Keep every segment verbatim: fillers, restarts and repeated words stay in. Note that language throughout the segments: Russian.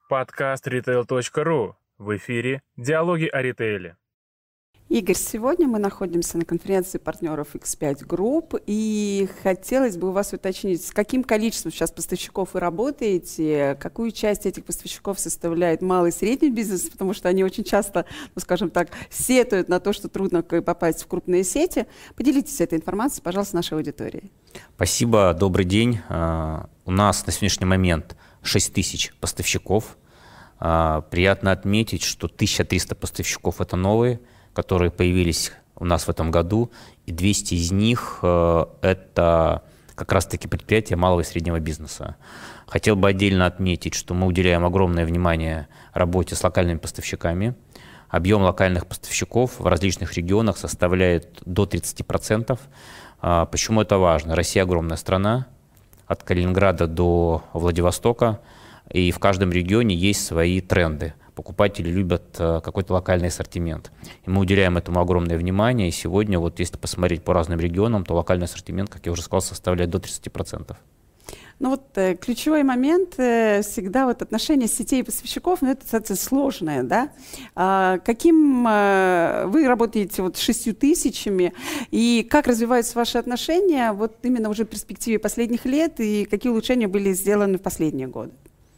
Подкаст ритейл точка ру. В эфире «Диалоги о ритейле». Игорь, сегодня мы находимся на конференции партнеров икс пять Group, и хотелось бы у вас уточнить, с каким количеством сейчас поставщиков вы работаете, какую часть этих поставщиков составляет малый и средний бизнес, потому что они очень часто, ну, скажем так, сетуют на то, что трудно попасть в крупные сети. Поделитесь этой информацией, пожалуйста, с нашей аудиторией. Спасибо, добрый день. У нас на сегодняшний момент шесть тысяч поставщиков. Приятно отметить, что тысяча триста поставщиков – это новые, которые появились у нас в этом году, и двести из них э, – это как раз-таки предприятия малого и среднего бизнеса. Хотел бы отдельно отметить, что мы уделяем огромное внимание работе с локальными поставщиками. Объем локальных поставщиков в различных регионах составляет до тридцати процентов. А, почему это важно? Россия огромная страна, от Калининграда до Владивостока, и в каждом регионе есть свои тренды. Покупатели любят какой-то локальный ассортимент. И мы уделяем этому огромное внимание. И сегодня, вот если посмотреть по разным регионам, то локальный ассортимент, как я уже сказал, составляет до тридцати процентов. Ну вот э, ключевой момент э, всегда вот отношения сетей и поставщиков, ну это, кстати, сложное, да? А, каким э, вы работаете вот с шестью тысячами, и как развиваются ваши отношения вот именно уже в перспективе последних лет, и какие улучшения были сделаны в последние годы?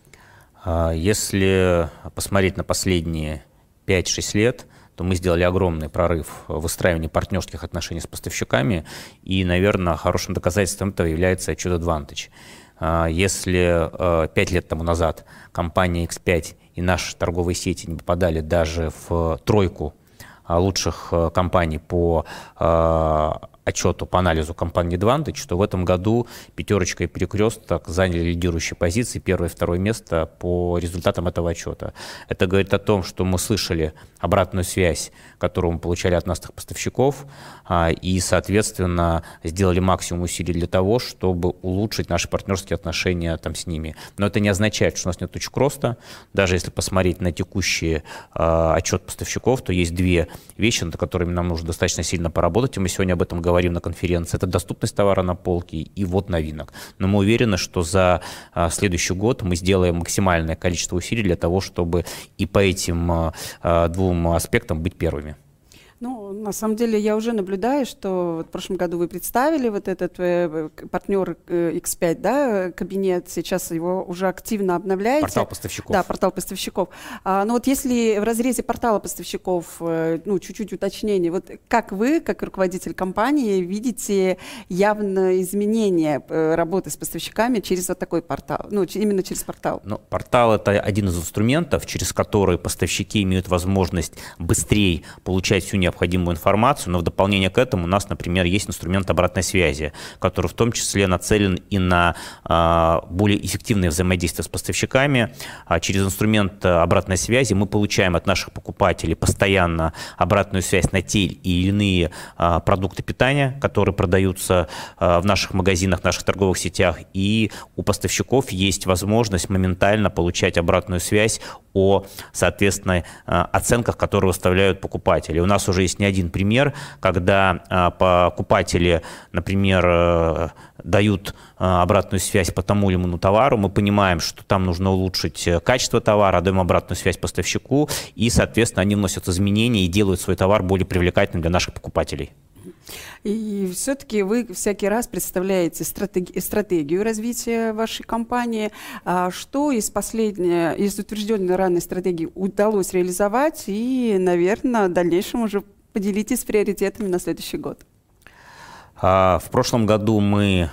Если посмотреть на последние пять-шесть лет, то мы сделали огромный прорыв в выстраивании партнерских отношений с поставщиками, и, наверное, хорошим доказательством этого является отчет Advantage. Если пять лет тому назад компания икс пять и наши торговые сети не попадали даже в тройку лучших компаний по отчету по анализу компании Advantage, что в этом году пятерочка и Перекресток заняли лидирующие позиции, первое и второе место по результатам этого отчета. Это говорит о том, что мы слышали обратную связь, которую мы получали от наших поставщиков, и, соответственно, сделали максимум усилий для того, чтобы улучшить наши партнерские отношения там с ними. Но это не означает, что у нас нет точек роста. Даже если посмотреть на текущий отчет поставщиков, то есть две вещи, над которыми нам нужно достаточно сильно поработать, и мы сегодня об этом говорим на конференции. Это доступность товара на полке и ввод новинок. Но мы уверены, что за а, следующий год мы сделаем максимальное количество усилий для того, чтобы и по этим а, а, двум аспектам быть первыми. Ну, на самом деле, я уже наблюдаю, что в прошлом году вы представили вот этот э, партнер э, икс пять, да, кабинет, сейчас его уже активно обновляете. Портал поставщиков. Да, портал поставщиков. А, но вот если в разрезе портала поставщиков, э, ну, чуть-чуть уточнение, вот как вы, как руководитель компании, видите явное изменение э, работы с поставщиками через вот такой портал, ну, именно через портал? Ну, портал – это один из инструментов, через который поставщики имеют возможность быстрее получать всю необходимую необходимую информацию, но в дополнение к этому у нас, например, есть инструмент обратной связи, который в том числе нацелен и на а, более эффективное взаимодействие с поставщиками. А через инструмент обратной связи мы получаем от наших покупателей постоянно обратную связь на те или иные а, продукты питания, которые продаются а, в наших магазинах, в наших торговых сетях, и у поставщиков есть возможность моментально получать обратную связь о, соответственно, оценках, которые выставляют покупатели. У нас уже есть не один пример, когда а, покупатели, например, а, дают а, обратную связь по тому или иному товару, мы понимаем, что там нужно улучшить качество товара, даем обратную связь поставщику, и, соответственно, они вносят изменения и делают свой товар более привлекательным для наших покупателей. И все-таки вы всякий раз представляете стратеги- стратегию развития вашей компании. А что из последней, из утвержденной ранней стратегии удалось реализовать? И, наверное, в дальнейшем уже поделитесь приоритетами на следующий год. В прошлом году мы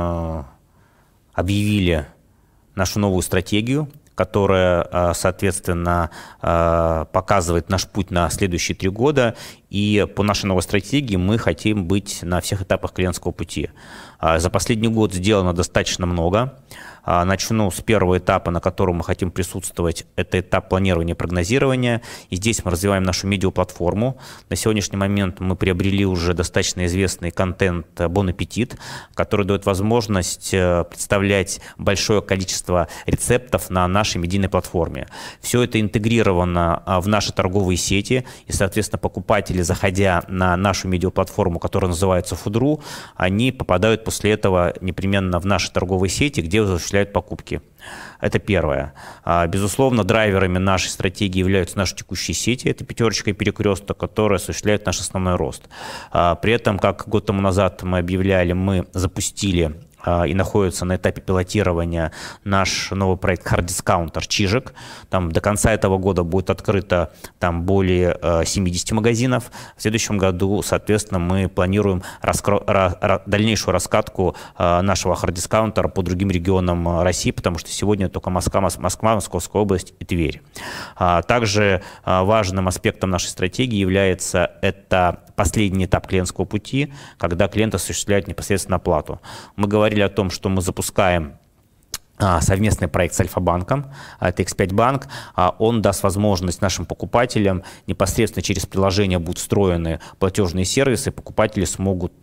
объявили нашу новую стратегию, которая, соответственно, показывает наш путь на следующие три года. И по нашей новой стратегии мы хотим быть на всех этапах клиентского пути. За последний год сделано достаточно много. Начну с первого этапа, на котором мы хотим присутствовать. Это этап планирования и прогнозирования. И здесь мы развиваем нашу медиаплатформу. На сегодняшний момент мы приобрели уже достаточно известный контент Bon Appetit, который дает возможность представлять большое количество рецептов на нашей медийной платформе. Все это интегрировано в наши торговые сети, и, соответственно, покупатели, заходя на нашу медиаплатформу, которая называется Food точка ру, они попадают по после этого непременно в наши торговые сети, где осуществляют покупки. Это первое. Безусловно, драйверами нашей стратегии являются наши текущие сети, это «Пятерочка» и «Перекресток», которые осуществляют наш основной рост. При этом, как год тому назад мы объявляли, мы запустили и находится на этапе пилотирования наш новый проект Hard Discounter «Чижик». Там до конца этого года будет открыто там более семидесяти магазинов. В следующем году, соответственно, мы планируем раскро... дальнейшую раскатку нашего Hard Discounter по другим регионам России, потому что сегодня только Москва, Москва, Московская область и Тверь. Также важным аспектом нашей стратегии является это последний этап клиентского пути, когда клиент осуществляет непосредственно оплату. Мы говорили о том, что мы запускаем совместный проект с Альфа-банком, это икс пять банк, он даст возможность нашим покупателям непосредственно через приложение будут встроены платежные сервисы, покупатели смогут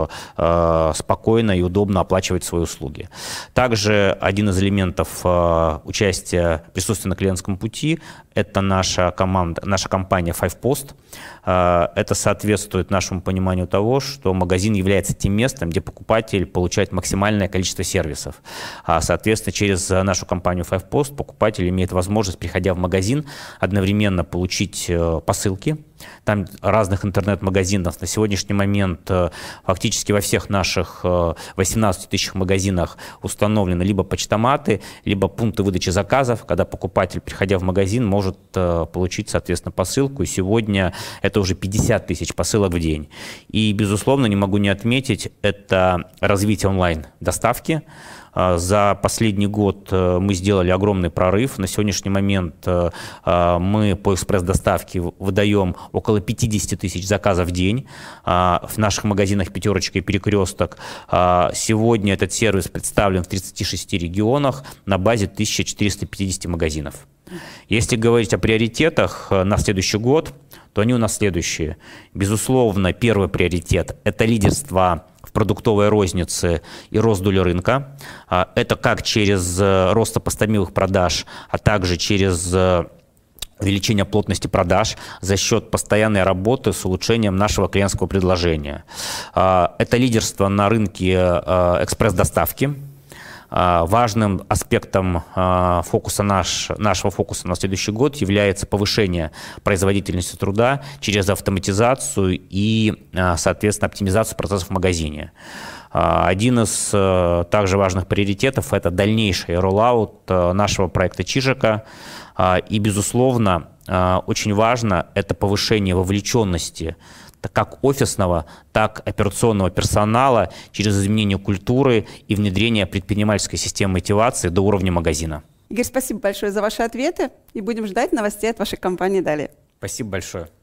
спокойно и удобно оплачивать свои услуги. Также один из элементов участия присутствия на клиентском пути – это наша команда, наша компания FivePost. Это соответствует нашему пониманию того, что магазин является тем местом, где покупатель получает максимальное количество сервисов. Соответственно, через нашу компанию FivePost покупатель имеет возможность, приходя в магазин, одновременно получить посылки. Там разных интернет-магазинов на сегодняшний момент фактически во всех наших восемнадцати тысячах магазинах установлены либо почтоматы, либо пункты выдачи заказов, когда покупатель, приходя в магазин, может получить, соответственно, посылку. И сегодня это уже пятьдесят тысяч посылок в день. И, безусловно, не могу не отметить, это развитие онлайн-доставки. За последний год мы сделали огромный прорыв. На сегодняшний момент мы по экспресс-доставке выдаем около пятидесяти тысяч заказов в день в наших магазинах «Пятерочка» и «Перекресток». Сегодня этот сервис представлен в тридцати шести регионах на базе тысячи четырёхсот пятидесяти магазинов. Если говорить о приоритетах на следующий год, то они у нас следующие. Безусловно, первый приоритет – это лидерство в продуктовой рознице и рост доли рынка. Это как через рост сопоставимых продаж, а также через увеличение плотности продаж за счет постоянной работы с улучшением нашего клиентского предложения. Это лидерство на рынке экспресс-доставки. Важным аспектом фокуса наш, нашего фокуса на следующий год является повышение производительности труда через автоматизацию и, соответственно, оптимизацию процессов в магазине. Один из также важных приоритетов – это дальнейший роллаут нашего проекта «Чижика». И, безусловно, очень важно – это повышение вовлеченности как офисного, так и операционного персонала через изменение культуры и внедрение предпринимательской системы мотивации до уровня магазина. Игорь, спасибо большое за ваши ответы и будем ждать новостей от вашей компании далее. Спасибо большое.